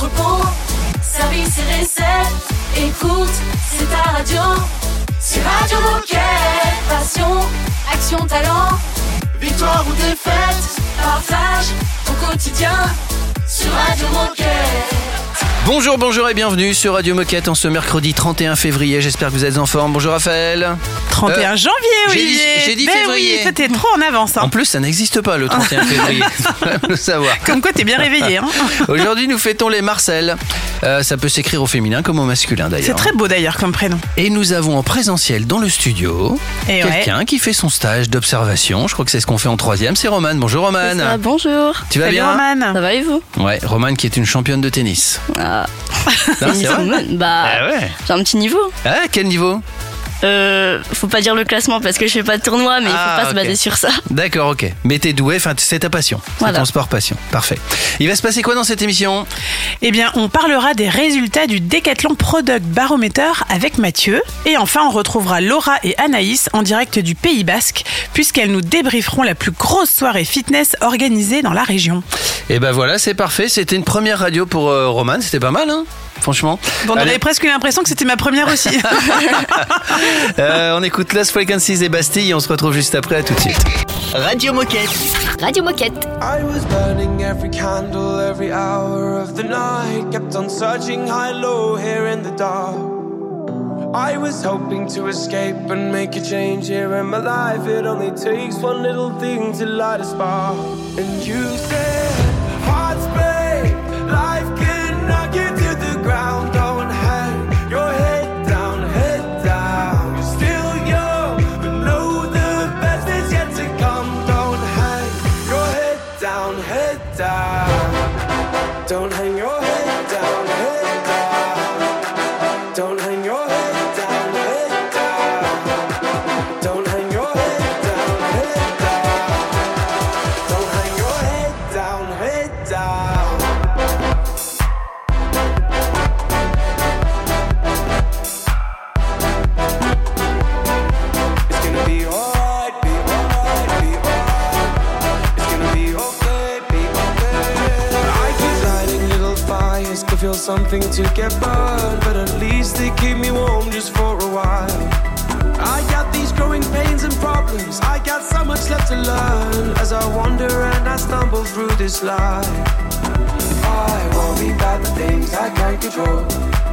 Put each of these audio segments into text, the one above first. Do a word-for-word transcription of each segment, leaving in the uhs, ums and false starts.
repos, service et recettes. Écoute, c'est ta radio. C'est Radio Moquette. Passion, action, talent. Victoire ou défaite, partage ton quotidien sur Radio Moquette. Bonjour, bonjour et bienvenue sur Radio Moquette en ce mercredi trente et un février. J'espère que vous êtes en forme. Bonjour Raphaël. trente et un janvier, Olivier. J'ai dit, j'ai dit ben février. Oui, toi t'es trop en avance. Hein. En plus, ça n'existe pas le trente et un février. Il faut le savoir. Comme quoi, t'es bien réveillé. Hein. Aujourd'hui, nous fêtons les Marcel. Euh, ça peut s'écrire au féminin comme au masculin d'ailleurs. C'est très beau d'ailleurs comme prénom. Et nous avons en présentiel dans le studio et quelqu'un ouais. qui fait son stage d'observation. Je crois que c'est ce qu'on fait en troisième. C'est Romane. Bonjour Romane. Ça, bonjour. Tu vas Salut, bien Romane. Ça va et vous? Ouais, Romane qui est une championne de tennis. Ah. Non, c'est vrai. Bah, ah ouais. j'ai un petit niveau. Ah, quel niveau? Euh, faut pas dire le classement parce que je fais pas de tournoi, mais il ah, faut pas okay. se baser sur ça. D'accord, ok. Mais t'es doué, enfin c'est ta passion, voilà. C'est ton sport passion. Parfait. Il va se passer quoi dans cette émission? Eh bien, on parlera des résultats du Decathlon Product Barometer avec Mathieu. Et enfin, on retrouvera Laura et Anaïs en direct du Pays Basque, puisqu'elles nous débrieferont la plus grosse soirée fitness organisée dans la région. Et ben voilà, c'est parfait. C'était une première radio pour euh, Romane, c'était pas mal, hein? Franchement. Bon, on Allez. avait presque l'impression que c'était ma première aussi. euh, on écoute Lost Frequencies et Bastille et on se retrouve juste après, à tout de suite. Radio Moquette. Radio Moquette. I was burning every candle, every hour of the night. Kept on searching high, low, here in the dark. I was hoping to escape and make a change here in my life. It only takes one little thing to light a spark. And you said, hearts break, life can knock you to the ground. Don't hang your head down, head down. You're still young, but know the best is yet to come. Don't hang your head down, head down. Don't hang your head down, head down. Don't hang your head down, head down. Don't hang your head down, head down. Don't hang your head down, head down. It's gonna be alright, be alright, be alright. It's gonna be okay, be okay. I keep lighting little fires to feel something to get burned, but at least they keep me warm just for a while. I got these growing pains and problems. I got so much left to learn as I wander and I stumble through this life. I worry about the things I can't control.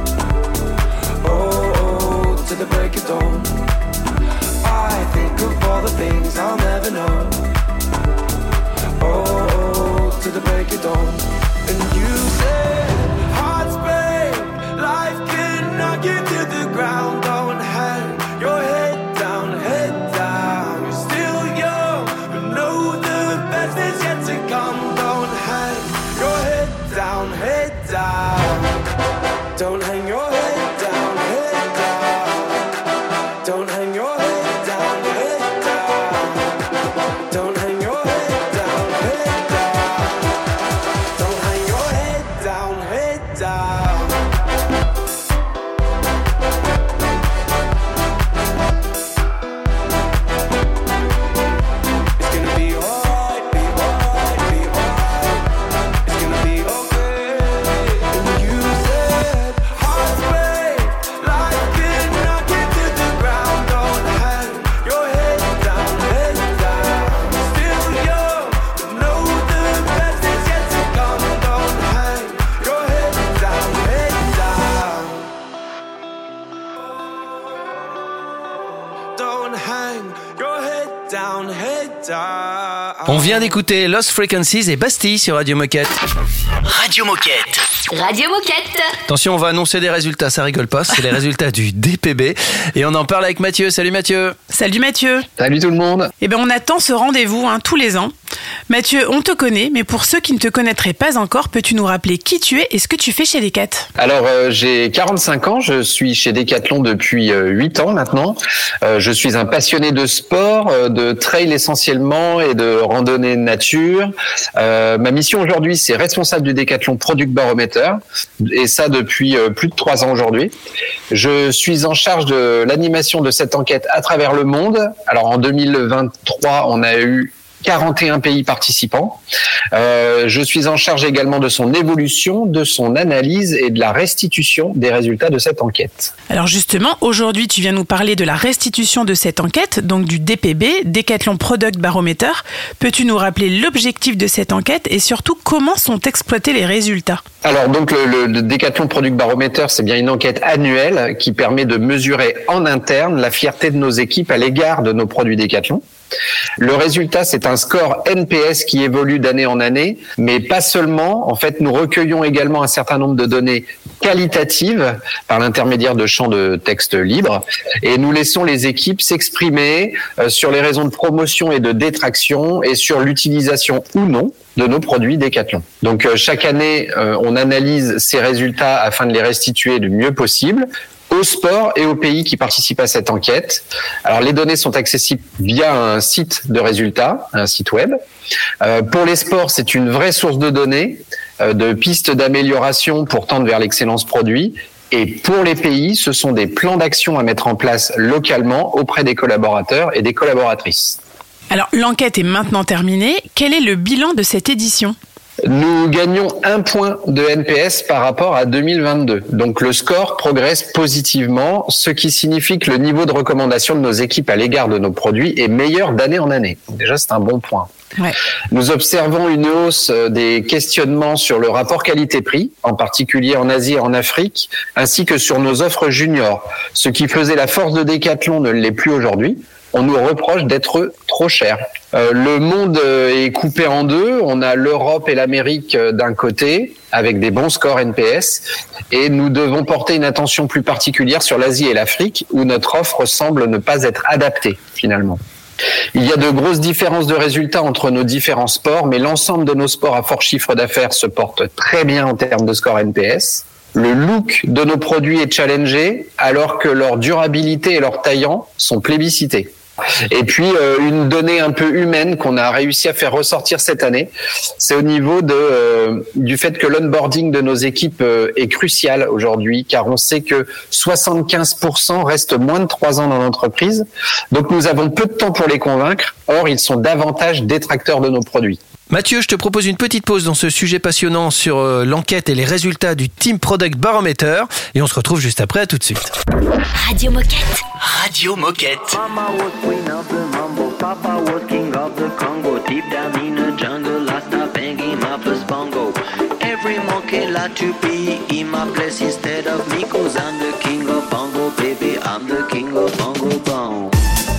Oh, oh, to the break of dawn. I think of all the things I'll never know. Oh, oh, to the break of dawn. And you said, hearts break, life can knock you to the ground. Don't hang your head down, head down. You're still young, but know the best is yet to come. Don't hang your head down, head down. Don't hang your head down, head down. Don't hang your head down, head down. Don't hang your head down, head down. Don't hang your head down, head down. It's gonna be alright, be alright, be alright. It's gonna be okay. And you said, hearts break, life can knock you to the ground. Don't hang your head down, head down. Still young, but know the best is yet to come. Don't hang your head down, head down. Don't hang your head down, head down. On vient d'écouter Lost Frequencies et Bastille sur Radio Moquette. Radio Moquette. Radio Moquette. Attention, on va annoncer des résultats, ça rigole pas, c'est les résultats du D P B. Et on en parle avec Mathieu. Salut Mathieu. Salut Mathieu. Salut tout le monde. Eh bien, on attend ce rendez-vous hein, tous les ans. Mathieu, on te connaît, mais pour ceux qui ne te connaîtraient pas encore, peux-tu nous rappeler qui tu es et ce que tu fais chez Decat? Alors, euh, j'ai quarante-cinq ans, je suis chez Decathlon depuis euh, huit ans maintenant. Euh, je suis un passionné de sport, euh, de trail essentiellement et de randonnée nature. Euh, ma mission aujourd'hui, c'est responsable du Decathlon Product Barometer, et ça depuis euh, plus de trois ans aujourd'hui. Je suis en charge de l'animation de cette enquête à travers le monde. Alors, en deux mille vingt-trois, on a eu quarante et un pays participants. Euh, je suis en charge également de son évolution, de son analyse et de la restitution des résultats de cette enquête. Alors justement, aujourd'hui, tu viens nous parler de la restitution de cette enquête, donc du D P B, Decathlon Product Barometer. Peux-tu nous rappeler l'objectif de cette enquête et surtout comment sont exploités les résultats ? Alors donc le, le, le Decathlon Product Barometer, c'est bien une enquête annuelle qui permet de mesurer en interne la fierté de nos équipes à l'égard de nos produits Decathlon. Le résultat, c'est un score N P S qui évolue d'année en année, mais pas seulement. En fait, nous recueillons également un certain nombre de données qualitatives par l'intermédiaire de champs de texte libres et nous laissons les équipes s'exprimer sur les raisons de promotion et de détraction et sur l'utilisation ou non de nos produits Decathlon. Donc chaque année, on analyse ces résultats afin de les restituer du mieux possible au sport et aux pays qui participent à cette enquête. Alors les données sont accessibles via un site de résultats, un site web. Euh, pour les sports, c'est une vraie source de données, euh, de pistes d'amélioration pour tendre vers l'excellence produit. Et pour les pays, ce sont des plans d'action à mettre en place localement auprès des collaborateurs et des collaboratrices. Alors l'enquête est maintenant terminée. Quel est le bilan de cette édition ? Nous gagnons un point de N P S par rapport à deux mille vingt-deux. Donc le score progresse positivement, ce qui signifie que le niveau de recommandation de nos équipes à l'égard de nos produits est meilleur d'année en année. Donc déjà, c'est un bon point. Ouais. Nous observons une hausse des questionnements sur le rapport qualité-prix, en particulier en Asie et en Afrique, ainsi que sur nos offres juniors. Ce qui faisait la force de Decathlon ne l'est plus aujourd'hui. On nous reproche d'être trop cher. Euh, le monde est coupé en deux. On a l'Europe et l'Amérique d'un côté, avec des bons scores N P S, et nous devons porter une attention plus particulière sur l'Asie et l'Afrique, où notre offre semble ne pas être adaptée, finalement. Il y a de grosses différences de résultats entre nos différents sports, mais l'ensemble de nos sports à fort chiffre d'affaires se porte très bien en termes de score N P S. Le look de nos produits est challengé, alors que leur durabilité et leur taillant sont plébiscités. Et puis euh, une donnée un peu humaine qu'on a réussi à faire ressortir cette année, c'est au niveau de euh, du fait que l'onboarding de nos équipes euh, est crucial aujourd'hui, car on sait que soixante-quinze pour cent restent moins de trois ans dans l'entreprise, donc nous avons peu de temps pour les convaincre. Or, ils sont davantage détracteurs de nos produits. Mathieu, je te propose une petite pause dans ce sujet passionnant sur euh, l'enquête et les résultats du Team Product Barometer. Et on se retrouve juste après, à tout de suite. Radio Moquette. Radio Moquette. Mama was queen of the mambo, Papa was king of the Congo. Deep down in the jungle, I started banging my first bongo. Every monkey like to be in my place instead of me, 'cause I'm the king of bongo, baby. I'm the king of bongo bong.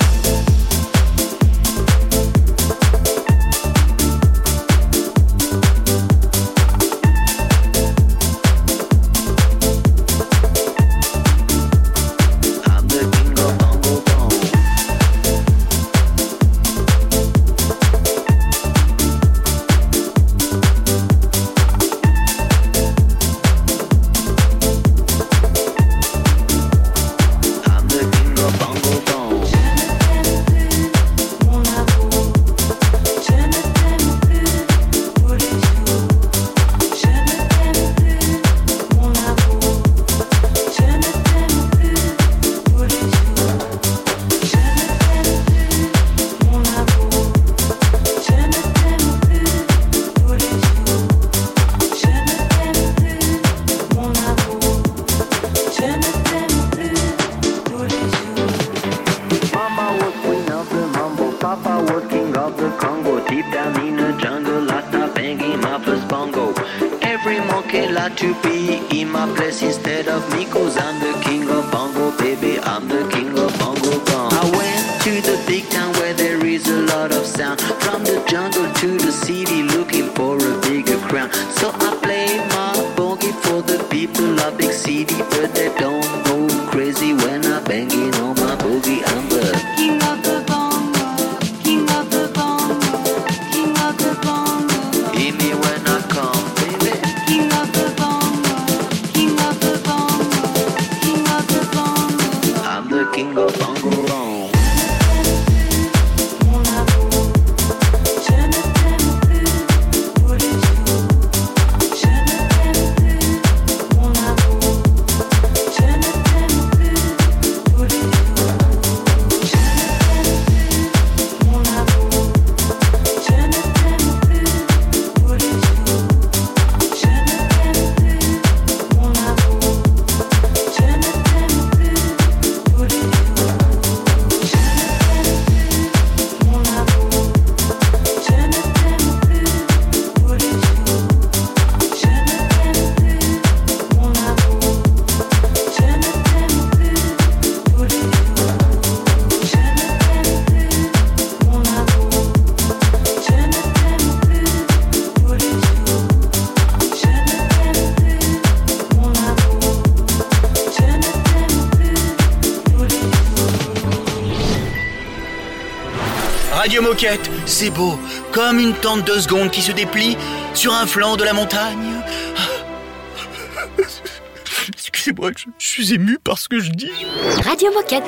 To be in my place instead of me, 'cause I'm the king of bongo, baby. I'm the king of bongo bong. I went to the big town where there is a lot of sound. From the jungle to the city, looking for a bigger crown. So I play my boogie for the people of big city, but they don't go crazy when I'm banging on my boogie. I'm the king of the bongo, king of the bongo, king of the bongo. Hear me when I come, baby. King of the king of bongo bong. Je ne t'aime plus, mon amour. Je ne t'aime plus, mon amour. Je ne Radio Moquette, c'est beau, comme une tente de seconde qui se déplie sur un flanc de la montagne. Excusez-moi, je, je suis ému par ce que je dis. Radio Moquette.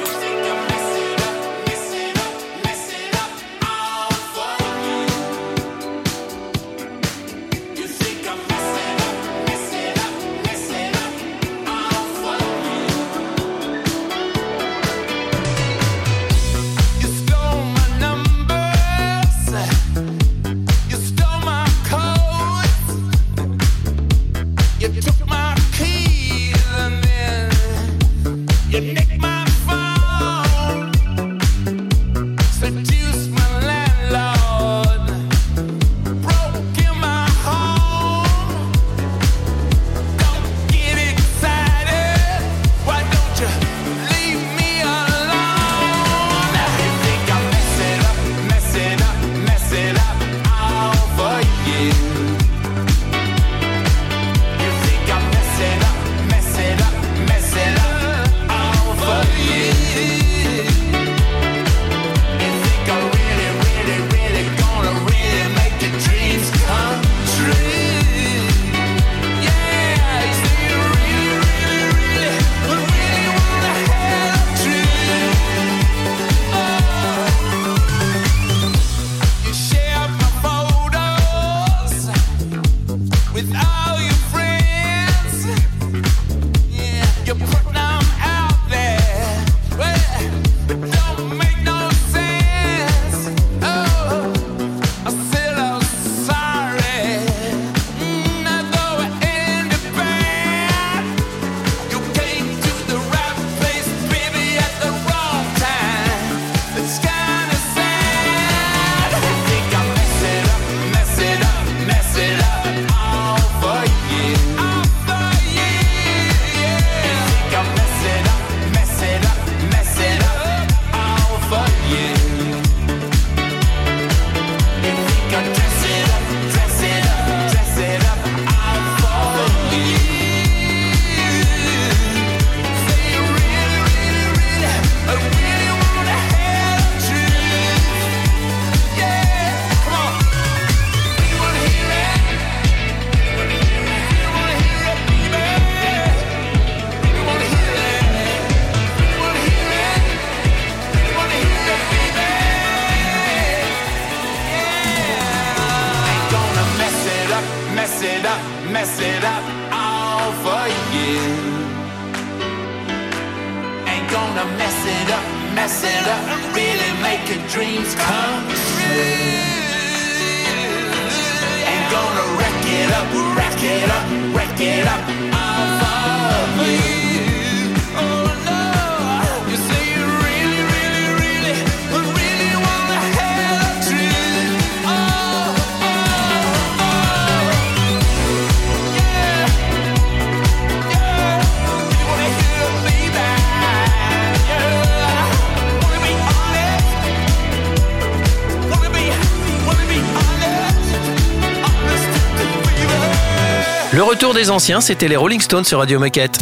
Le retour des anciens, c'était les Rolling Stones sur Radio Moquette.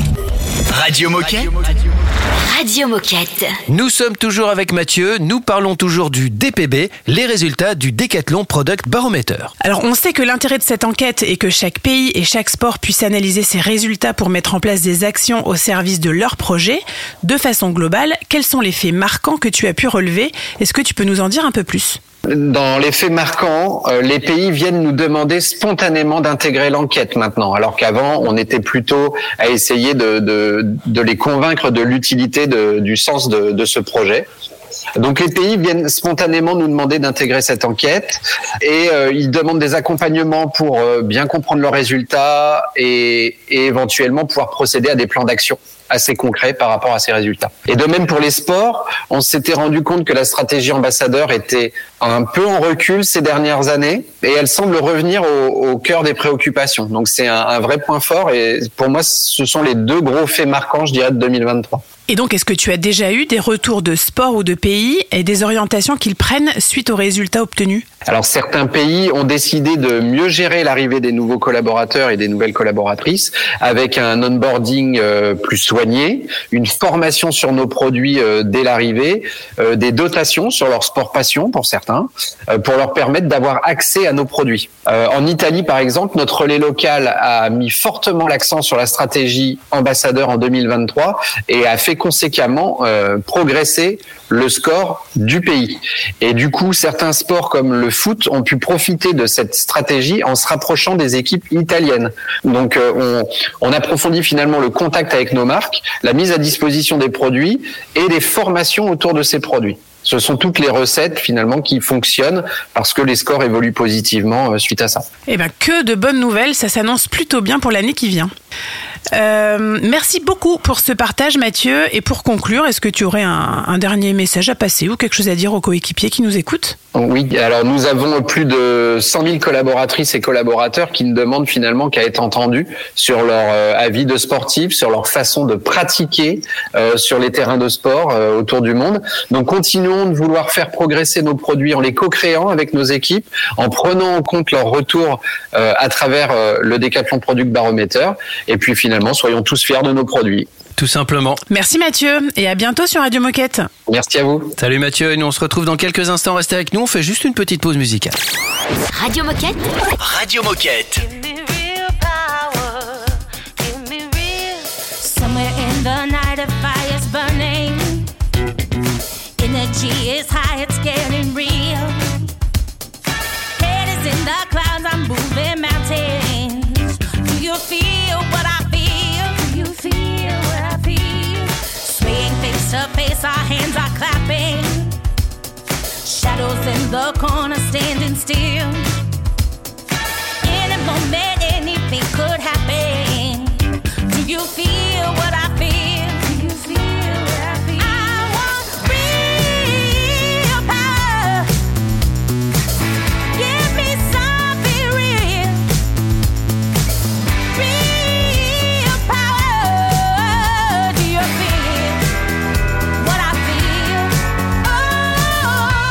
Radio Moquette. Radio Moquette. Nous sommes toujours avec Mathieu, nous parlons toujours du D P B, les résultats du Decathlon Product Barometer. Alors on sait que l'intérêt de cette enquête est que chaque pays et chaque sport puisse analyser ses résultats pour mettre en place des actions au service de leur projet. De façon globale, quels sont les faits marquants que tu as pu relever ? Est-ce que tu peux nous en dire un peu plus ? Dans les faits marquants, euh, les pays viennent nous demander spontanément d'intégrer l'enquête maintenant, alors qu'avant, on était plutôt à essayer de, de, de les convaincre de l'utilité de, du sens de, de ce projet. Donc les pays viennent spontanément nous demander d'intégrer cette enquête et euh, ils demandent des accompagnements pour euh, bien comprendre leurs résultats et, et éventuellement pouvoir procéder à des plans d'action assez concrets par rapport à ces résultats. Et de même pour les sports, on s'était rendu compte que la stratégie ambassadeur était un peu en recul ces dernières années et elle semble revenir au, au cœur des préoccupations. Donc c'est un, un vrai point fort et pour moi ce sont les deux gros faits marquants, je dirais, de deux mille vingt-trois. Et donc, est-ce que tu as déjà eu des retours de sports ou de pays et des orientations qu'ils prennent suite aux résultats obtenus ? Alors certains pays ont décidé de mieux gérer l'arrivée des nouveaux collaborateurs et des nouvelles collaboratrices avec un onboarding euh, plus soigné, une formation sur nos produits euh, dès l'arrivée, euh, des dotations sur leur sport passion pour certains, euh, pour leur permettre d'avoir accès à nos produits. Euh, en Italie par exemple, notre relais local a mis fortement l'accent sur la stratégie ambassadeur en deux mille vingt-trois et a fait conséquemment euh, progresser le score du pays. Et du coup, certains sports comme le foot ont pu profiter de cette stratégie en se rapprochant des équipes italiennes. Donc, euh, on, on approfondit finalement le contact avec nos marques, la mise à disposition des produits et les formations autour de ces produits. Ce sont toutes les recettes finalement qui fonctionnent parce que les scores évoluent positivement suite à ça. Eh ben, que de bonnes nouvelles, ça s'annonce plutôt bien pour l'année qui vient. Euh, merci beaucoup pour ce partage, Mathieu. Et pour conclure, est-ce que tu aurais un, un dernier message à passer ou quelque chose à dire aux coéquipiers qui nous écoutent ? Oui, alors nous avons plus de cent mille collaboratrices et collaborateurs qui ne demandent finalement qu'à être entendus sur leur euh, avis de sportifs, sur leur façon de pratiquer euh, sur les terrains de sport euh, autour du monde. Donc continuons de vouloir faire progresser nos produits en les co-créant avec nos équipes, en prenant en compte leur retour euh, à travers euh, le Decathlon Product Barometer. Et puis finalement, soyons tous fiers de nos produits. Tout simplement. Merci Mathieu et à bientôt sur Radio Moquette. Merci à vous. Salut Mathieu, et nous on se retrouve dans quelques instants. Restez avec nous, on fait juste une petite pause musicale. Radio Moquette. Radio Moquette. Somewhere in the night a fire's burning. Energy is high, it's getting real. Head is in the clouds, I'm moving mountains. Do you feel what I feel? Do you feel what I feel? Swaying face to face, our hands are clapping. Shadows in the corner standing still. In a moment, anything could happen. Do you feel what I feel? Do you feel what I feel? I want real power. Give me something real. Real power. Do you feel what I feel? Oh,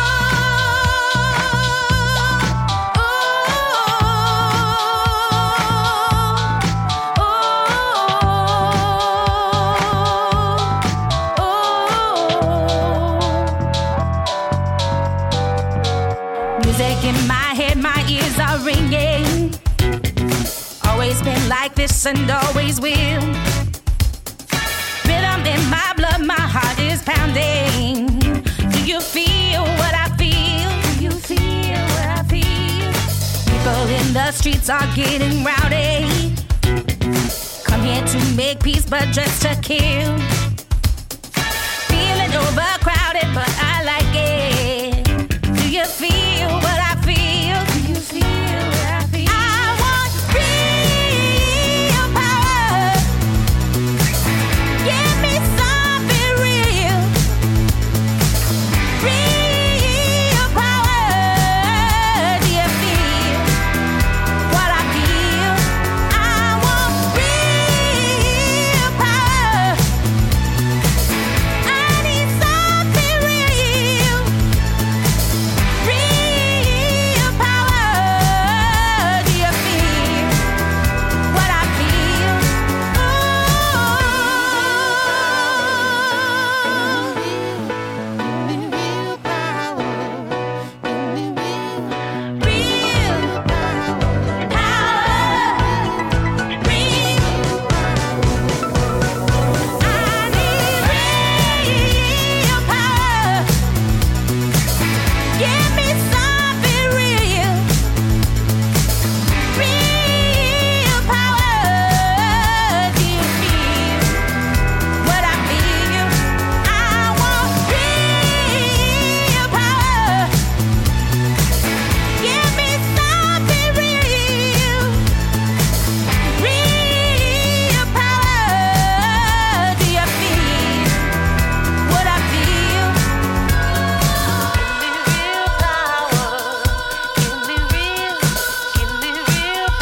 music in my head, my ears are ringing. Always been like this and always will. Rhythm in my blood, my heart is pounding. Do you feel what I feel? Do you feel what I feel? People in the streets are getting rowdy. Come here to make peace, but just to kill. Feeling overcrowded, but I like it. Do you feel what I feel? Do you feel what I feel? I want real power. Give me something real. Real power. Do you feel what I feel? I want real power. I need something real. Real power. Do you feel what I feel? Real power. Real power. Real I need real power. Give me something real. Real power. Do you feel what I feel? I want real power. Give me something real. Real power. Do you feel what I feel? Give me real power. Give me real, give me real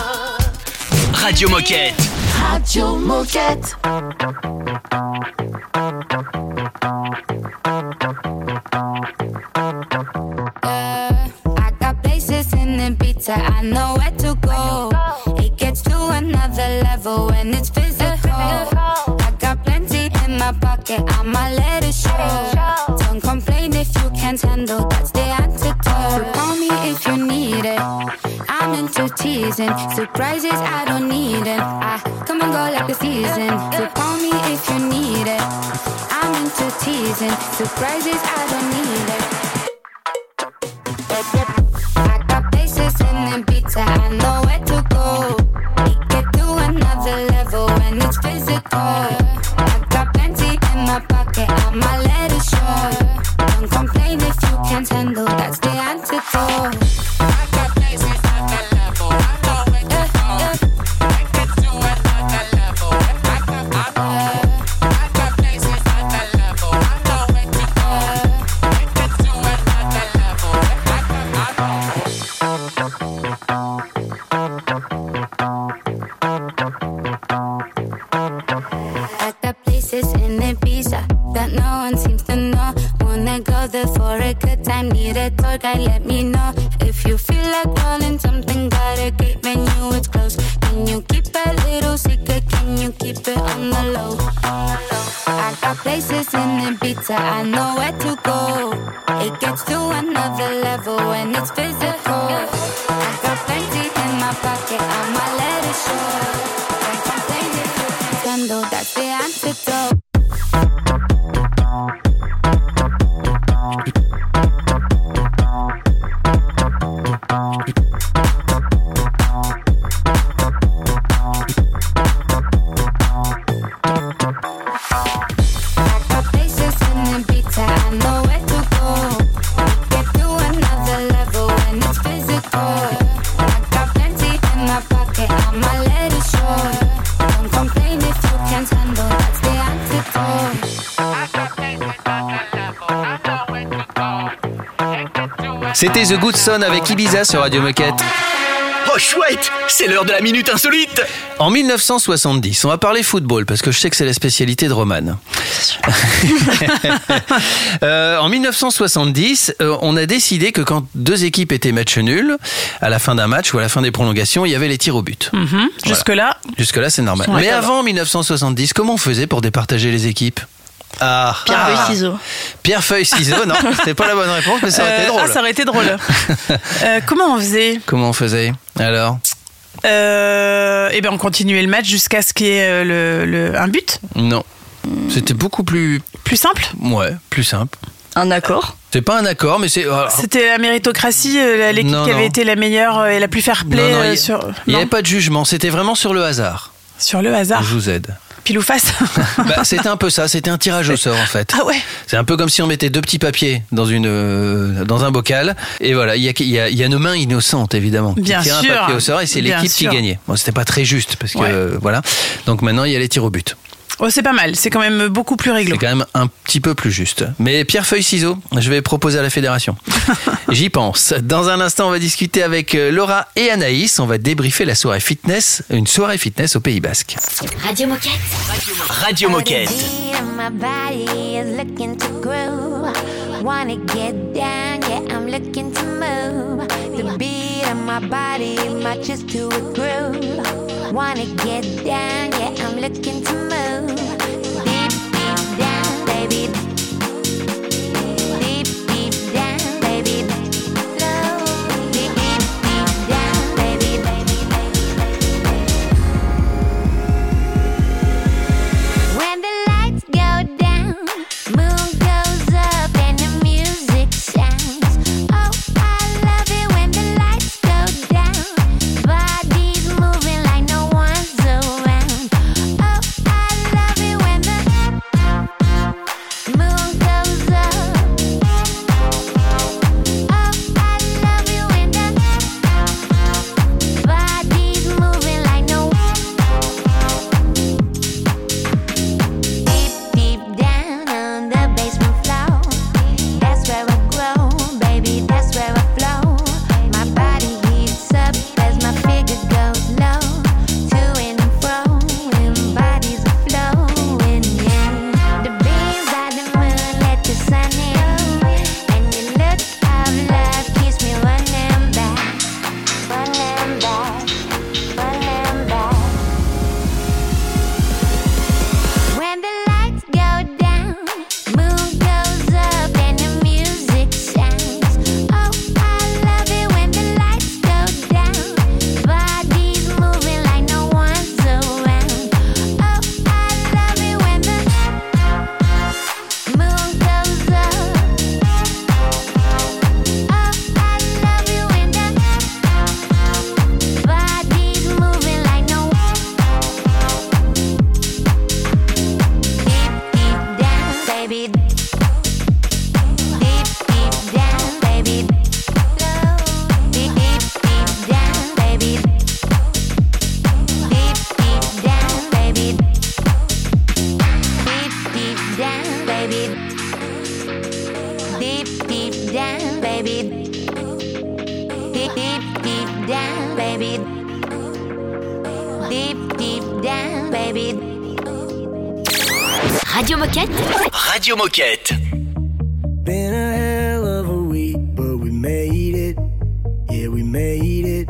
power. Radio Moquette. Radio Moquette. Yeah, I got places in Ibiza, I know where to go. It gets to another level when it's physical. I got plenty in my pocket, I'ma let it show. Don't complain if you can't handle, that's the antidote. So call me if you need it, I'm into teasing. Surprises, I don't need it, I come and go like the season. So call me if you need it, I'm into teasing. Surprises, I don't need it. I got places in Ibiza, I know where to go. We get to another level when it's physical. I got plenty in my pocket, I'ma let it show. Don't complain if you can't handle, that's the antidote. I got places at the level, I know where to go. We get to another level. I got, I know. I got places at the level, I know where to go. We get to another level. I got, I I got places in Ibiza that no one seems to know. Wanna go there for a good time, need a tour guide, let me know. If you feel like rolling something, got a great menu, it's close. Can you keep a little secret, can you keep it on the low? I got places in Ibiza, I know where to go. It gets to another level when it's physical. I got plenty in my pocket, I'ma let it show. Don't complain if you can't handle, that's the antidote. C'était The Good Son avec Ibiza sur Radio Moquette. Oh chouette, c'est l'heure de la minute insolite. En dix-neuf cent soixante-dix, on va parler football parce que je sais que c'est la spécialité de Romane. euh, en dix-neuf cent soixante-dix, euh, on a décidé que quand deux équipes étaient match nul, à la fin d'un match ou à la fin des prolongations, il y avait les tirs au but. Mm-hmm. Voilà. Jusque-là Jusque-là, c'est normal. Ouais, Mais avant dix-neuf cent soixante-dix, comment on faisait pour départager les équipes ? Ah, Pierre, ah. feuille, ciseaux. Pierre, feuille, ciseaux, non, c'était pas la bonne réponse, mais ça aurait euh, été drôle. Ah, ça aurait été drôle. euh, comment on faisait Comment on faisait alors euh, Eh bien, on continuait le match jusqu'à ce qu'il y ait le, le, un but. Non, c'était beaucoup plus... Plus simple. Ouais, plus simple. Un accord. C'est pas un accord, mais c'est... Alors... C'était la méritocratie, l'équipe non, qui non. avait été la meilleure et la plus fair-play. Non, non, il sur... n'y avait pas de jugement, c'était vraiment sur le hasard. Sur le hasard. Je vous aide. Pile ou face. Bah, c'était un peu ça, c'était un tirage au sort en fait. Ah ouais. C'est un peu comme si on mettait deux petits papiers dans une euh, dans un bocal et voilà, il y a il y a, il y a nos mains innocentes évidemment. Bien qui tirent sûr. un papier au sort et c'est Bien l'équipe sûr. qui gagnait. Bon, c'était pas très juste parce que Ouais. euh, voilà. Donc maintenant il y a les tirs au but. Oh, c'est pas mal, c'est quand même beaucoup plus réglo. C'est quand même un petit peu plus juste. Mais pierre, feuille, ciseaux, je vais proposer à la fédération. J'y pense. Dans un instant, on va discuter avec Laura et Anaïs. On va débriefer la soirée fitness, une soirée fitness au Pays Basque. Radio Moquette. Radio Moquette. My body is looking to groove. Wanna get down, yeah, I'm looking to move. The beat of my body matches to a groove. Wanna get down, yeah, I'm looking to move. Deep, deep down, baby. Deep, deep down, baby. Slow. Deep, deep, deep down, baby, baby, baby. When the lights go down, moon goes up and the music sounds. Oh, I love it when the lights go down. Bodies moving like no one's around. Oh, I love it when the moon baby. Deep, deep, deep down, baby. Deep, deep down, baby. Radio Moquette. Radio Moquette. Been a hell of a week, but we made it. Yeah, we made it.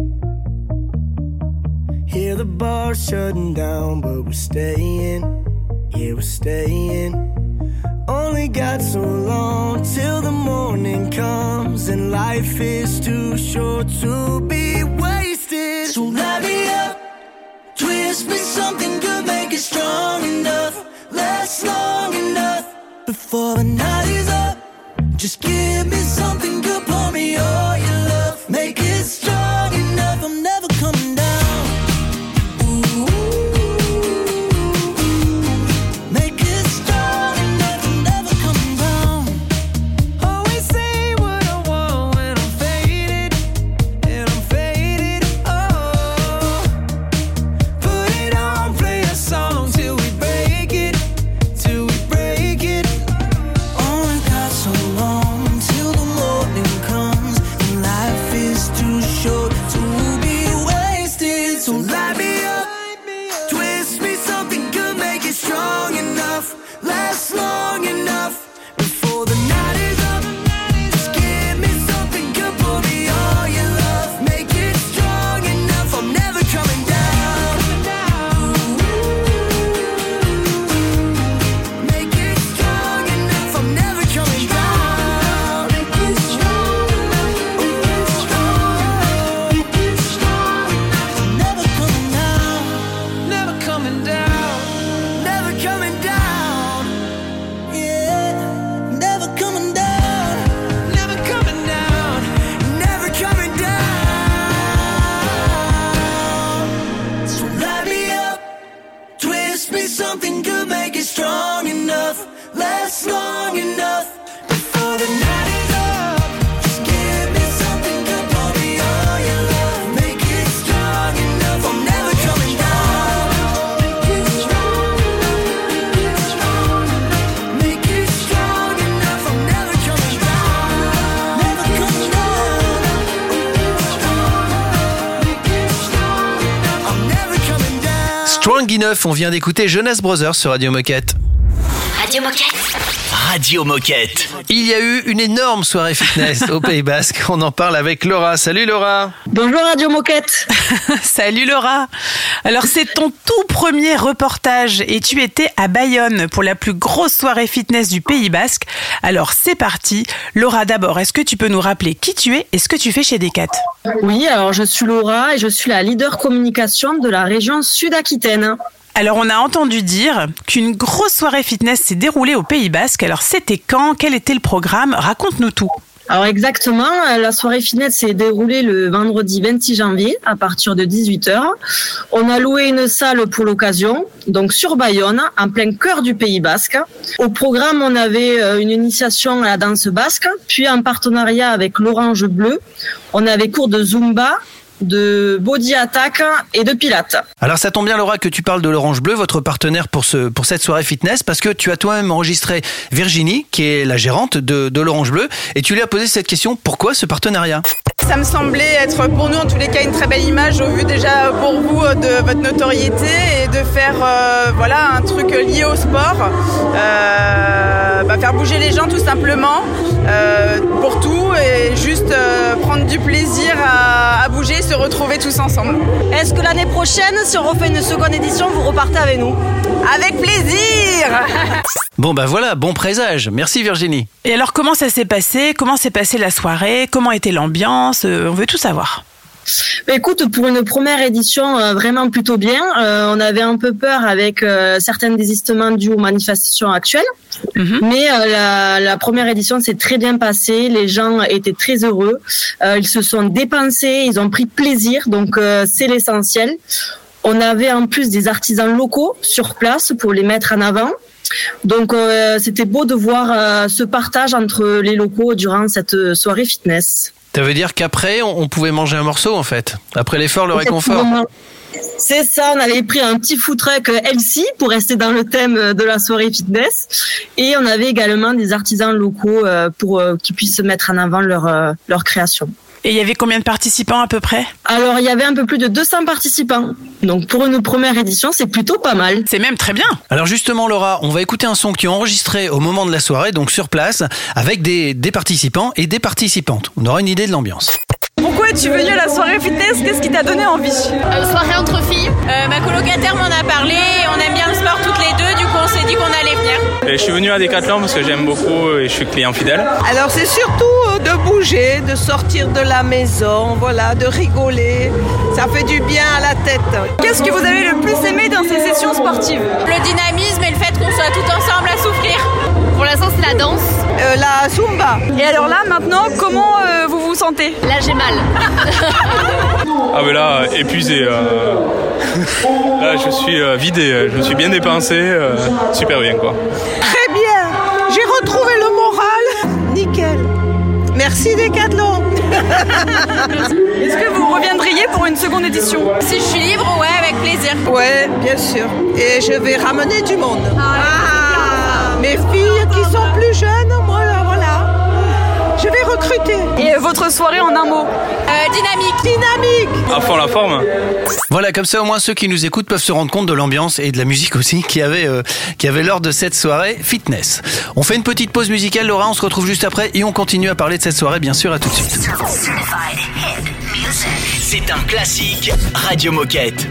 Hear the bar shutting down, but we're staying. Yeah, we're staying. Only got so long till the morning comes, and life is too short to be wasted. So light me up, twist me something good, make it strong enough, last long enough before the night is up. Just give me something good, pour me all your love, make it strong enough. I'm never coming down. Strong Enough, on vient d'écouter Jonas Brothers sur Radio Moquette. Radio Moquette. Radio Moquette. Il y a eu une énorme soirée fitness au Pays Basque. On en parle avec Laura. Salut Laura. Bonjour Radio Moquette. Salut Laura. Alors c'est ton tout premier reportage et tu étais à Bayonne pour la plus grosse soirée fitness du Pays Basque. Alors c'est parti. Laura, d'abord, est-ce que tu peux nous rappeler qui tu es et ce que tu fais chez Decat ? Oui, alors je suis Laura et je suis la leader communication de la région Sud-Aquitaine. Alors, on a entendu dire qu'une grosse soirée fitness s'est déroulée au Pays Basque. Alors, c'était quand ? Quel était le programme ? Raconte-nous tout. Alors exactement, la soirée fitness s'est déroulée le vendredi vingt-six janvier à partir de dix-huit heures. On a loué une salle pour l'occasion, donc sur Bayonne, en plein cœur du Pays Basque. Au programme, on avait une initiation à la danse basque, puis en partenariat avec l'Orange Bleu, on avait cours de Zumba, de body attack et de pilates. Alors ça tombe bien Laura que tu parles de l'Orange Bleu, votre partenaire pour, ce, pour cette soirée fitness, parce que tu as toi-même enregistré Virginie, qui est la gérante de, de l'Orange Bleu, et tu lui as posé cette question, pourquoi ce partenariat ? Ça me semblait être pour nous en tous les cas une très belle image au vu déjà pour vous de votre notoriété et de faire euh, voilà, un truc lié au sport, euh, bah, faire bouger les gens tout simplement euh, pour tout et juste euh, prendre du plaisir à, à bouger, se retrouver tous ensemble. Est-ce que l'année prochaine, si on refait une seconde édition, vous repartez avec nous ? Avec plaisir. Bon bah voilà, bon présage. Merci Virginie. Et alors comment ça s'est passé ? Comment s'est passée la soirée ? Comment était l'ambiance ? On veut tout savoir. Écoute, pour une première édition, euh, vraiment plutôt bien. Euh, on avait un peu peur avec euh, certains désistements dus aux manifestations actuelles. Mm-hmm. Mais euh, la, la première édition s'est très bien passée. Les gens étaient très heureux. Euh, ils se sont dépensés, ils ont pris plaisir. Donc, euh, c'est l'essentiel. On avait en plus des artisans locaux sur place pour les mettre en avant. Donc, euh, c'était beau de voir euh, ce partage entre les locaux durant cette soirée fitness. Ça veut dire qu'après, on pouvait manger un morceau, en fait. Après l'effort, le réconfort. C'est ça, on avait pris un petit food truck L C pour rester dans le thème de la soirée fitness. Et on avait également des artisans locaux pour qu'ils puissent mettre en avant leur, leur création. Et il y avait combien de participants à peu près ? Alors, il y avait un peu plus de deux cents participants. Donc, pour une première édition, c'est plutôt pas mal. C'est même très bien. Alors justement, Laura, on va écouter un son qui est enregistré au moment de la soirée, donc sur place, avec des, des participants et des participantes. On aura une idée de l'ambiance. Pourquoi es-tu venue à la soirée fitness ? Qu'est-ce qui t'a donné envie ? euh, Soirée entre filles. Euh, ma colocataire m'en a parlé. On aime bien le sport toutes les deux. Du coup, on s'est dit qu'on allait venir. Et je suis venu à Decathlon parce que j'aime beaucoup et je suis client fidèle. Alors, c'est surtout de bouger, de sortir de la maison, voilà, de rigoler. Ça fait du bien à la tête. Qu'est-ce que vous avez le plus aimé dans ces sessions sportives ? Le dynamisme et le fait qu'on soit tout ensemble à souffrir. Pour l'instant, c'est la danse. Euh, la Zumba. Et alors là, maintenant, comment euh, vous vous sentez ? Là, j'ai mal. Ah mais là, épuisé. Euh... Là, je suis euh, vidé. Je me suis bien dépensé. Euh... Super bien, quoi. Très bien. J'ai retrouvé le moral. Nickel. Merci Decathlon. Est-ce que vous reviendriez pour une seconde édition ? Si je suis libre, ouais, avec plaisir. Ouais, bien sûr. Et je vais ramener du monde. Ah, mes filles qui sont plus jeunes, moi, voilà. Je vais recruter. Et votre soirée en un mot ? euh, Dynamique. Dynamique. À fond la forme. Voilà, comme ça au moins ceux qui nous écoutent peuvent se rendre compte de l'ambiance et de la musique aussi qu'il y avait, euh, qu'il y avait lors de cette soirée fitness. On fait une petite pause musicale, Laura, on se retrouve juste après et on continue à parler de cette soirée, bien sûr, à tout de suite. C'est un classique Radio Moquette.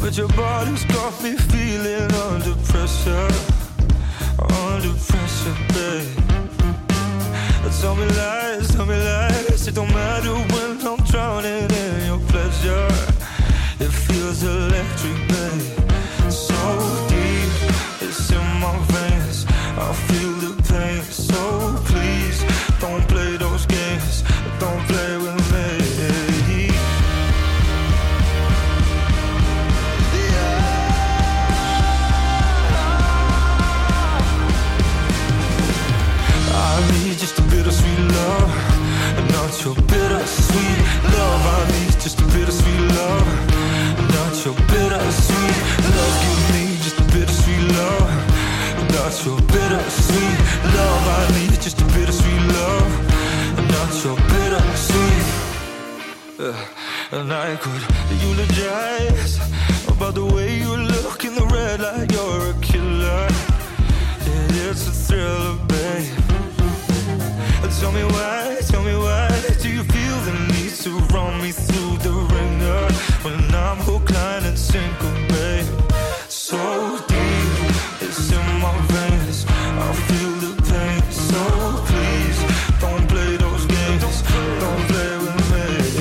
but your body's got me feeling under pressure, under pressure, babe. Tell me lies, tell me lies. It don't matter when I'm drowning in your pleasure. It feels electric, babe. So deep, it's in my veins. I feel the pain. So please, don't play those games. Don't play with me. I need just a bit of sweet love, not your bittersweet love. I need just a bit of sweet love, not your bittersweet love. Give me just a bit of sweet love, not your bittersweet love. I need just a bit of sweet love, not your bittersweet. Uh, and I could eulogize about the way you look in the red light. You're a killer. Yeah, it's a thriller, babe. Tell me why, tell me why do you feel the need to run me through the ringer when I'm hooked, line and sinker, babe? So deep, it's in my veins. I feel the pain. So please, don't play those games. Don't play with me.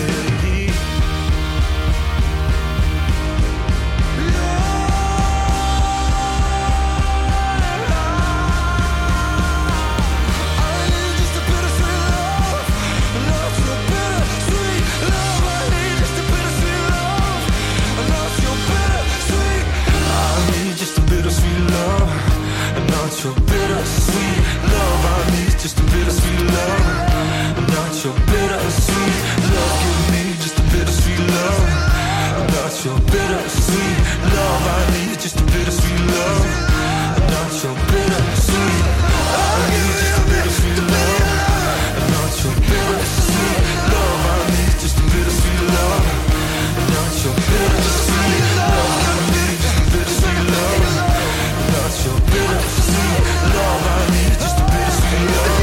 Not your bittersweet love. I need just a bit of sweet love. Not your bittersweet love. Give me just a bit of sweet love. Not your bittersweet love. I need just a bit of sweet love. Not your bittersweet. I need just a bit of sweet love. Not your bittersweet love. I need just a bit of sweet love. Not your bittersweet love. Give me just a bit of sweet love. Not your bittersweet love. I need just a bit of sweet love.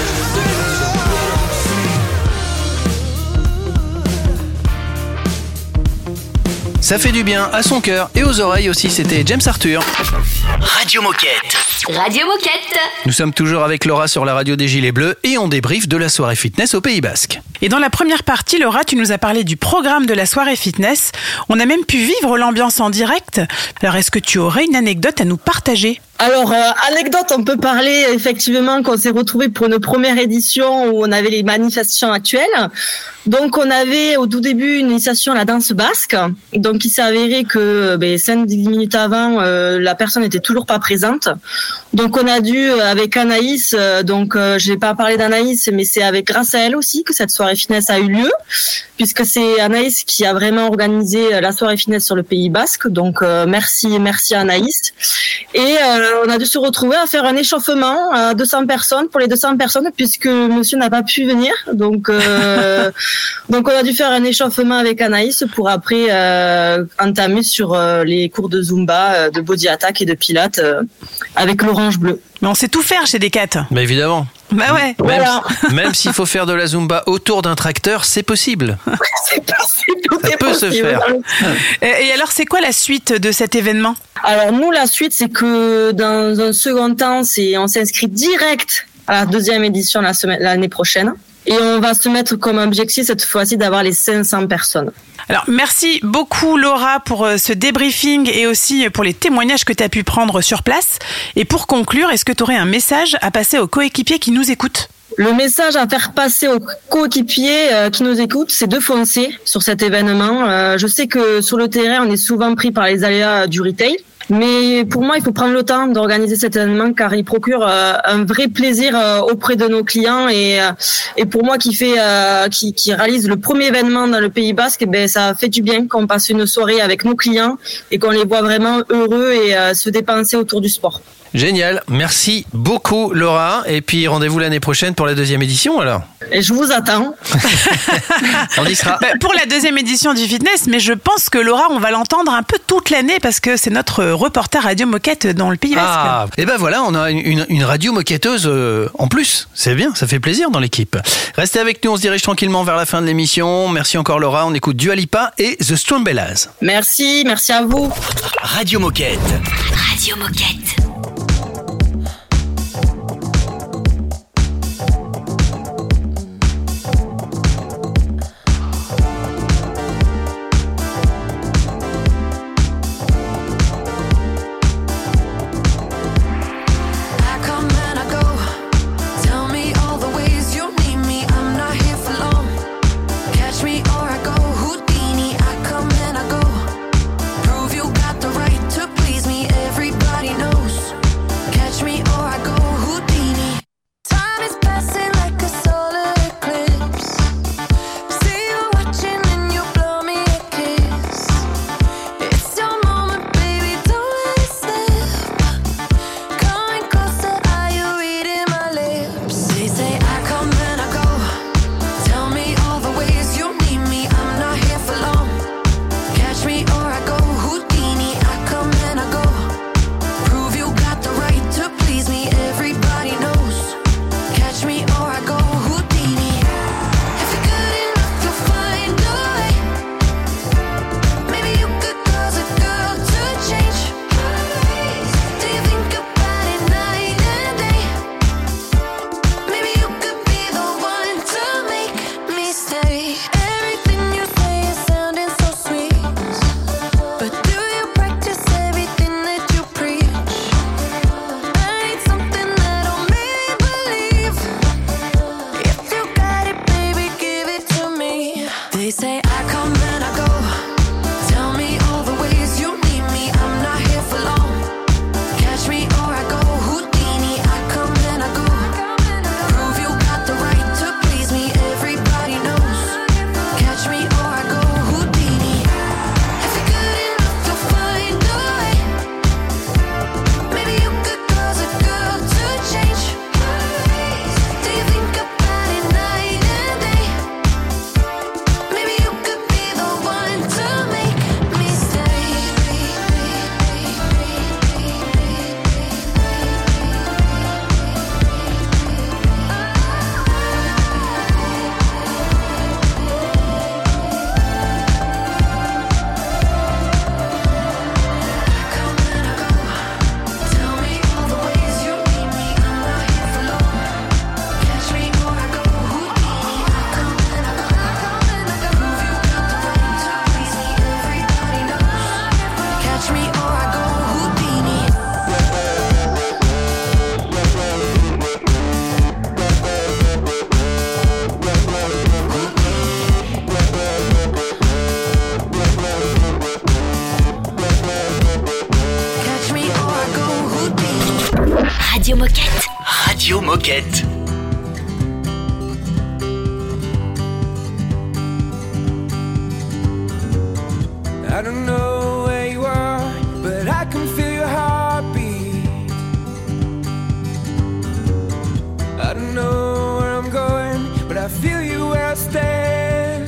Ça fait du bien à son cœur et aux oreilles aussi. C'était James Arthur. Radio Moquette. Radio Moquette. Nous sommes toujours avec Laura sur la radio des Gilets Bleus et on débriefe de la soirée fitness au Pays Basque. Et dans la première partie, Laura, tu nous as parlé du programme de la soirée fitness. On a même pu vivre l'ambiance en direct. Alors, est-ce que tu aurais une anecdote à nous partager ? Alors, euh, anecdote, on peut parler effectivement qu'on s'est retrouvés pour une première édition où on avait les manifestations actuelles. Donc, on avait au tout début une initiation à la danse basque. Donc, il s'est avéré que ben, cinq dix minutes avant, euh, la personne n'était toujours pas présente. Donc, on a dû, avec Anaïs, euh, donc euh, je n'ai pas parlé d'Anaïs, mais c'est avec grâce à elle aussi que cette soirée fitness a eu lieu, puisque c'est Anaïs qui a vraiment organisé la soirée fitness sur le Pays Basque. Donc, euh, merci, merci à Anaïs. Et euh, on a dû se retrouver à faire un échauffement à deux cents personnes, pour les deux cents personnes, puisque monsieur n'a pas pu venir. Donc, euh, donc on a dû faire un échauffement avec Anaïs pour après euh, entamer sur euh, les cours de Zumba, euh, de Body Attack et de Pilates euh, avec l'Orange Bleu. Mais on sait tout faire chez Decat. Mais évidemment. Bah ouais. Même, Voilà. même s'il faut faire de la Zumba autour d'un tracteur, c'est possible. C'est possible, tout Ça est peut se possible. faire. Et alors, c'est quoi la suite de cet événement ? Alors nous, la suite, c'est que dans un second temps, c'est on s'inscrit direct à la deuxième édition la semaine, l'année prochaine. Et on va se mettre comme objectif cette fois-ci d'avoir les cinq cents personnes. Alors, merci beaucoup Laura pour ce débriefing et aussi pour les témoignages que tu as pu prendre sur place. Et pour conclure, est-ce que tu aurais un message à passer aux coéquipiers qui nous écoutent ? Le message à faire passer aux coéquipiers euh, qui nous écoutent, c'est de foncer sur cet événement. Euh, je sais que sur le terrain, on est souvent pris par les aléas du retail. Mais pour moi, il faut prendre le temps d'organiser cet événement car il procure euh, un vrai plaisir euh, auprès de nos clients et euh, et pour moi qui fait euh, qui qui réalise le premier événement dans le Pays Basque, eh ben ça fait du bien qu'on passe une soirée avec nos clients et qu'on les voit vraiment heureux et euh, se dépenser autour du sport. Génial, merci beaucoup Laura. Et puis rendez-vous l'année prochaine pour la deuxième édition alors. Et je vous attends. On y sera. Bah, pour la deuxième édition du fitness, mais je pense que Laura, on va l'entendre un peu toute l'année parce que c'est notre reporter Radio Moquette dans le Pays Basque. Ah, et ben voilà, on a une, une, une radio moquetteuse euh, en plus. C'est bien, ça fait plaisir dans l'équipe. Restez avec nous, on se dirige tranquillement vers la fin de l'émission. Merci encore Laura, on écoute Dua Lipa et The Strawbellas. Merci, merci à vous. Radio Moquette. Radio Moquette. Radio Moquette. Radio Moquette. I don't know where you are, but I can feel your heartbeat. I don't know where I'm going, but I feel you where I stand.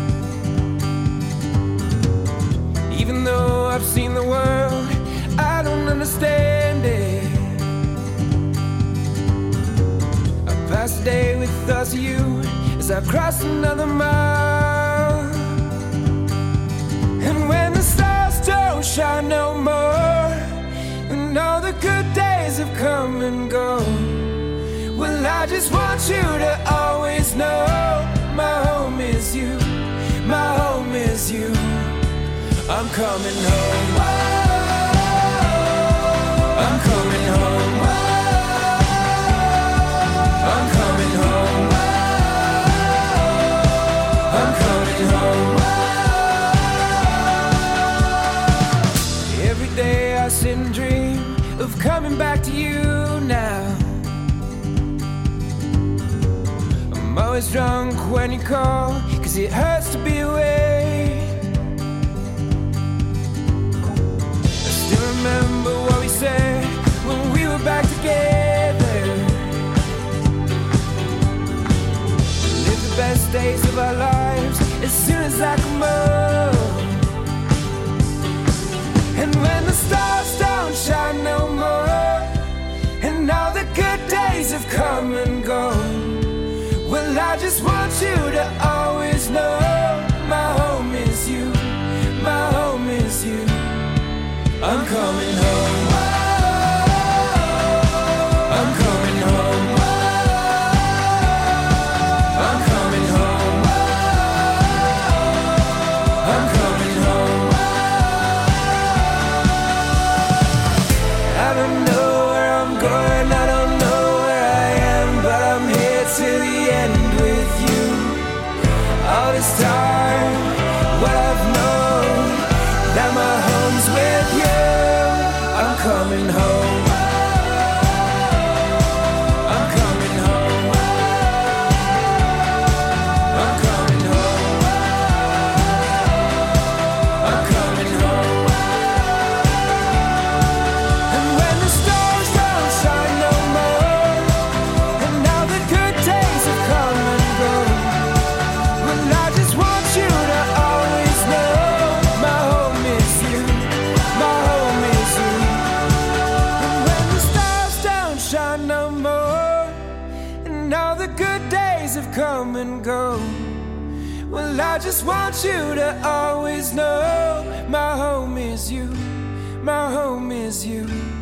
Even though I've seen the world, I don't understand it. I pass a day with thoughts of you as I cross another mile. And when the stars don't shine no more, and all the good days have come and gone, well, I just want you to always know my home is you, my home is you. I'm coming home. I'm coming home. I'm coming home. I'm coming home. Every day I sit and dream of coming back to you now. I'm always drunk when you call, 'cause it hurts to be away. I still remember what we said when we were back together. of our lives as soon as I come up. And when the stars don't shine no more, and all the good days have come and gone, well, I just want you to always know my home is you, my home is you. I'm coming home. I'm coming home. I'm coming home. I'm coming home. I don't know where I'm going, I don't know where I am, but I'm here to the end with you. All this time, what I've known, that my home's with you. I'm coming home. I'm coming home. I'm coming home. I'm coming home. And when the stars don't shine no more, and now the good days have come and gone, well, I just want you to always know my home is you, my home is you. And when the stars don't shine no more, and all the good days have come and gone, well, I just want you to always know my home is you, my home is you.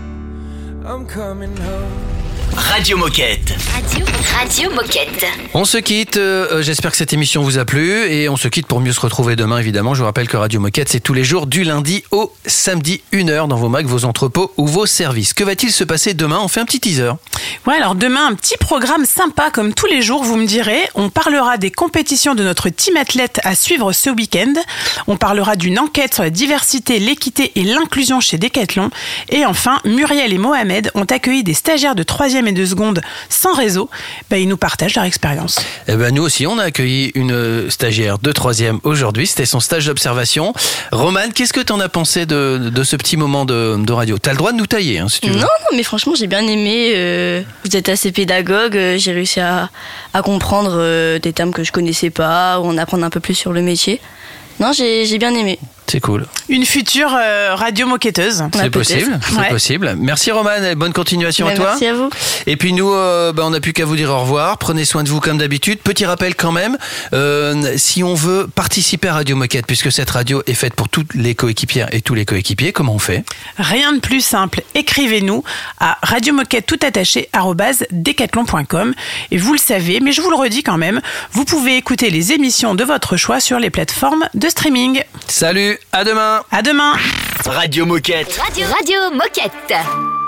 I'm coming home. Radio Moquette. Radio, Radio Moquette. On se quitte, euh, j'espère que cette émission vous a plu et on se quitte pour mieux se retrouver demain évidemment. Je vous rappelle que Radio Moquette c'est tous les jours du lundi au samedi, une heure dans vos macs, vos entrepôts ou vos services. Que va-t-il se passer demain? On fait un petit teaser. Ouais, alors demain un petit programme sympa comme tous les jours, vous me direz. On parlera des compétitions de notre team athlète à suivre ce week-end. On parlera d'une enquête sur la diversité, l'équité et l'inclusion chez Decathlon. Et enfin, Muriel et Mohamed ont accueilli des stagiaires de troisième et de seconde sans réseau. Ben, ils nous partagent leur expérience. Eh ben, nous aussi, on a accueilli une stagiaire de troisième aujourd'hui. C'était son stage d'observation. Romane, qu'est-ce que tu en as pensé de, de ce petit moment de, de radio? Tu as le droit de nous tailler, hein, si tu veux. Non, non, mais franchement, j'ai bien aimé. Euh, vous êtes assez pédagogue. Euh, j'ai réussi à, à comprendre euh, des termes que je connaissais pas, ou en apprendre un peu plus sur le métier. Non, j'ai, j'ai bien aimé. C'est cool. Une future euh, radio moquetteuse. C'est ouais, possible, c'est ouais. possible. Merci Romane, et bonne continuation bah, à toi. Merci à vous. Et puis nous, euh, bah, on n'a plus qu'à vous dire au revoir. Prenez soin de vous comme d'habitude. Petit rappel quand même, euh, si on veut participer à Radio Moquette, puisque cette radio est faite pour toutes les coéquipières et tous les coéquipiers, comment on fait? Rien de plus simple. Écrivez-nous à radiomoquette tout attaché arobase decathlon point com. Et vous le savez, mais je vous le redis quand même, vous pouvez écouter les émissions de votre choix sur les plateformes de streaming. Salut, à demain. À demain. Radio Moquette. Radio, Radio Moquette.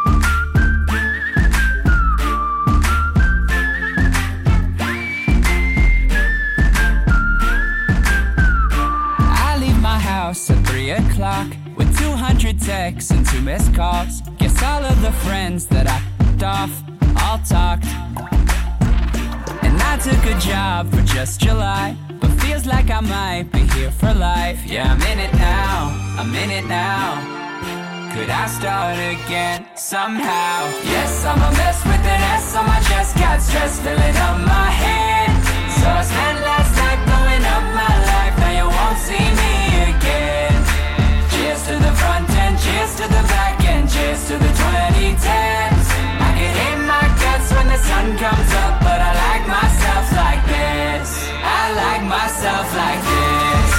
I leave my house at three o'clock with two hundred texts and two missed calls. Guess all of the friends that I f***ed off all talked. And I took a job for just July, but feels like I might be here for life. Yeah, I'm in it now, I'm in it now. Could I start again somehow? Yes, I'm a mess with an S on my chest. Got stress filling up my head. So I spent last night blowing up my life. Now you won't see me again. Cheers to the front end, cheers to the back end, cheers to the twenty tens. I can hit my guts when the sun comes up, but I like myself like this. I like myself like this.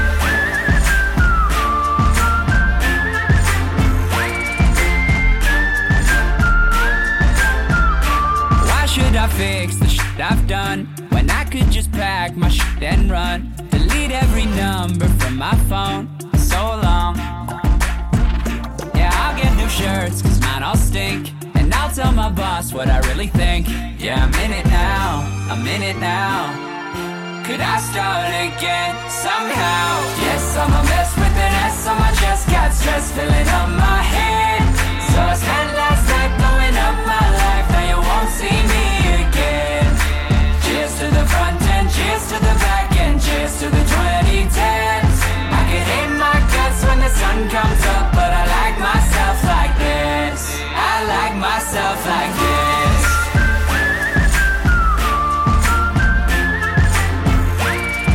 Why should I fix the shit I've done when I could just pack my shit and run? Delete every number from my phone. So long. Yeah, I'll get new shirts cause mine all stink. And I'll tell my boss what I really think. Yeah, I'm in it now, I'm in it now. Could I start again somehow? Yes, I'm a mess with an S on my chest. Got stress filling up my head. So I spent last night blowing up my life. Now you won't see me again. Cheers to the front end, cheers to the back end, cheers to the twenty tens. I can hate my guts when the sun comes up, but I like myself like this. I like myself like this.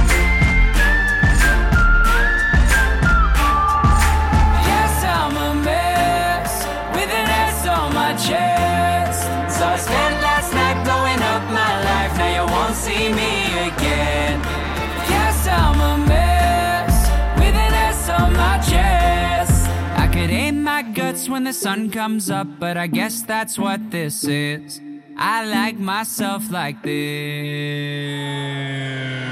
in my guts when the sun comes up, but I guess that's what this is. I like myself like this.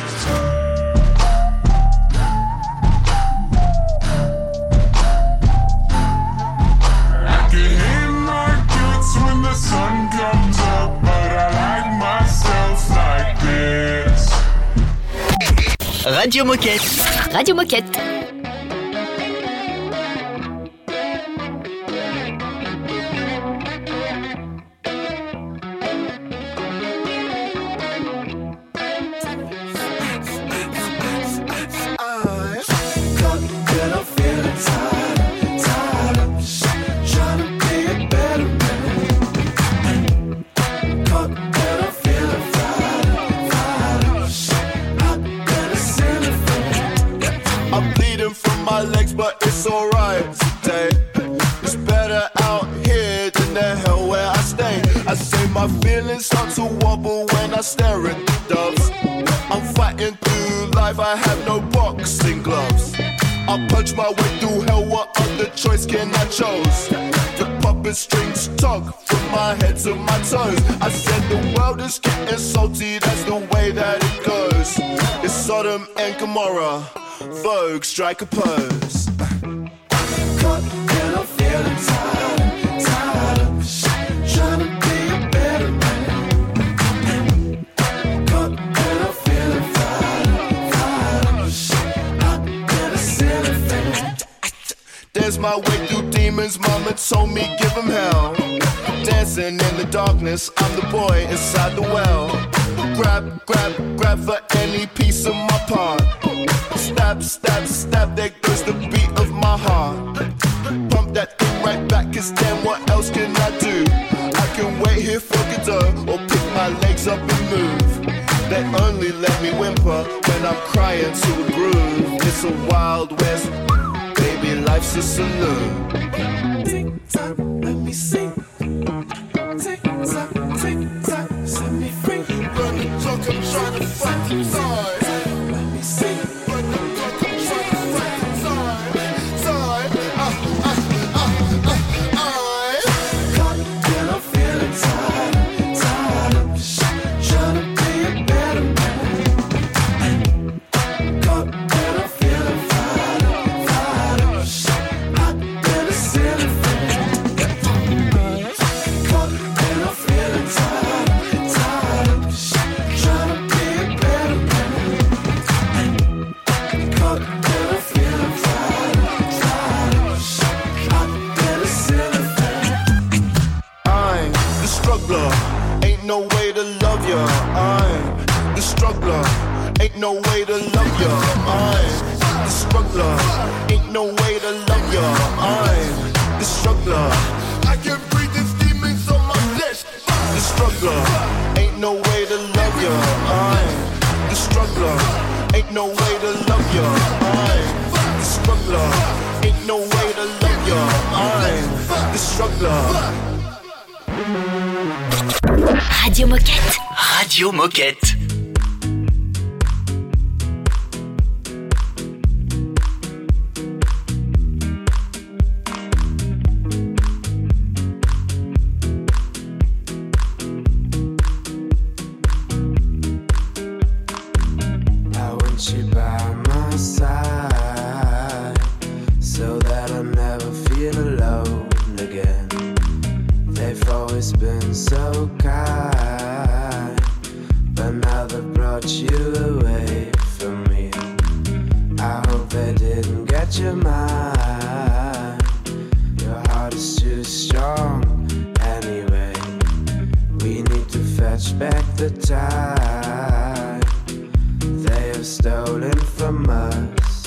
When the sun comes up, but I like myself like this. Radio Moquette. Radio Moquette. My feelings start to wobble when I stare at the doves. I'm fighting through life, I have no boxing gloves. I punch my way through hell, what other choice can I choose? The puppet strings tug from my head to my toes. I said the world is getting salty, that's the way that it goes. It's Sodom and Gomorrah, Vogue, strike a pose. Caught and I'm feeling tired, tired of trying to be a better man. Caught and I'm feeling fired, fired of I've been a silly fan. There's my way through demons, mama told me give them hell. Dancing in the darkness, I'm the boy inside the well. Grab, grab, grab for any piece of my part. Stab, stab, stab, there goes the beat of my heart. Pump that thing right back, cause then what else can I do? I can wait here for Godot, or pick my legs up and move. They only let me whimper when I'm crying to the groove. It's a wild west, baby, life's a saloon. Tick tock, let me sing. Tick tock, tick tock, set me free. Run the clock, I'm trying to fight the time. Let me sing. Run the clock, I'm trying to fight the time. Time, ah, ah, ah, ah, ah. Caught and I'm feeling tired, tired of trying to be a better man. Caught and I'm feeling fired, fired of I've been a silly fan. Caught and I'm feeling tired, tired of trying to be a better man. Caught and I'm feeling fired, fired of I've been a silly fan. I'm the struggler, ain't no way to love ya. I'm the struggler, ain't no way to love ya. I'm the struggler, ain't no way to love ya. I'm the struggler, I can breathe these demons on my flesh. The struggler, ain't no way to love ya. I'm the struggler, ain't no way to love ya. I'm the struggler, ain't no way to love ya. I'm the struggler. Radio Moquette. Radio Moquette. I want you by my side, so that I never feel alone again. They've always been so kind, but now they've brought you away from me. I hope they didn't get your mind. Your heart is too strong anyway. We need to fetch back the time they have stolen from us.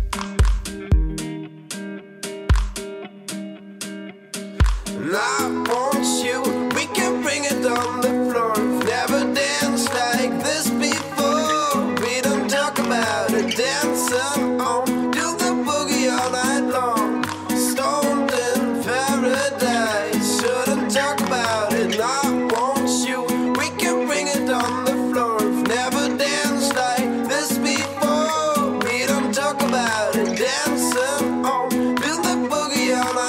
And I want you, we can bring it on the floor. Never danced like this before. We don't talk about it, dancing on. Do the boogie all night long. Stoned in paradise, shouldn't talk about it. And I want you, we can bring it on the floor. Never danced like this before. We don't talk about it, dancing on. Do the boogie all night long.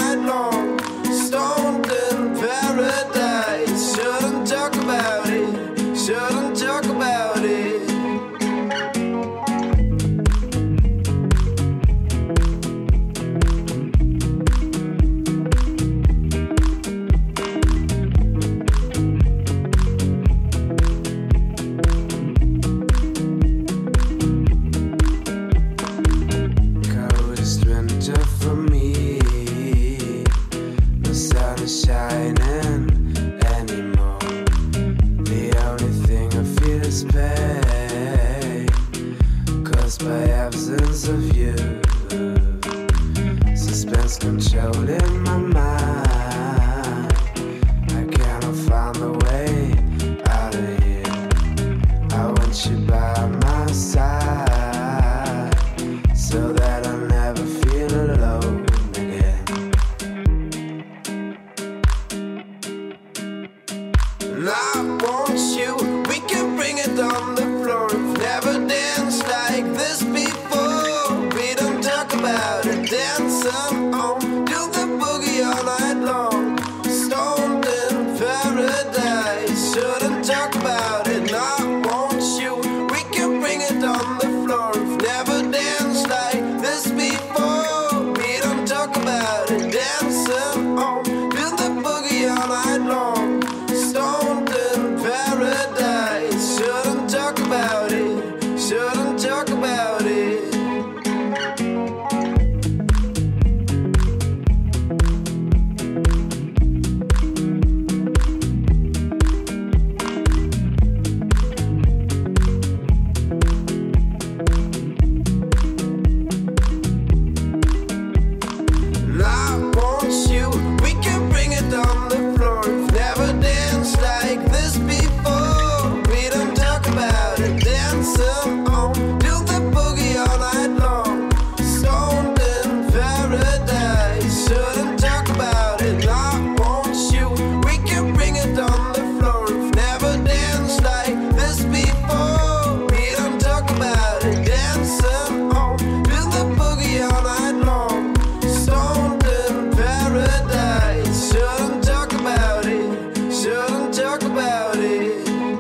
shining anymore. The only thing I feel is pain, caused by absence of you. Suspense controlling my mind. I cannot find the way out of here. I want you by my side, so that I'll never feel alone again. And I want you, we can bring it on the floor. We've never danced like this before. We don't talk about it, dancing on, do the boogie all night long. Stoned in paradise, shouldn't talk about it. And I want you, we can bring it on the floor. We've never danced like this before. We don't talk about it, dancing on, do the boogie all night long. Stoned in paradise, shouldn't talk about it, shouldn't talk about it. And I want you, we can bring it on the floor. We've never danced like this before. We don't talk about it, dancing on, do the boogie all night long. Stoned in paradise, shouldn't talk about it. And I want you, we can bring it on the floor. We've never danced like this before. We don't talk about it, dancing on, do the boogie all night long. Stoned in paradise, shouldn't talk about it, shouldn't talk about it.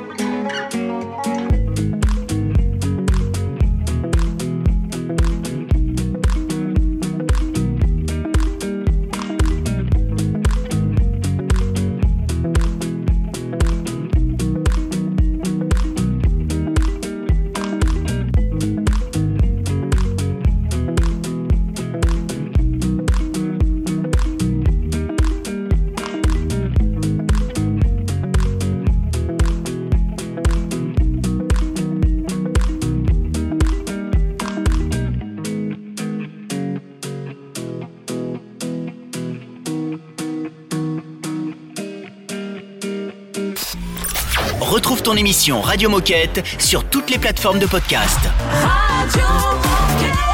Retrouve ton émission Radio Moquette sur toutes les plateformes de podcast. Radio Moquette.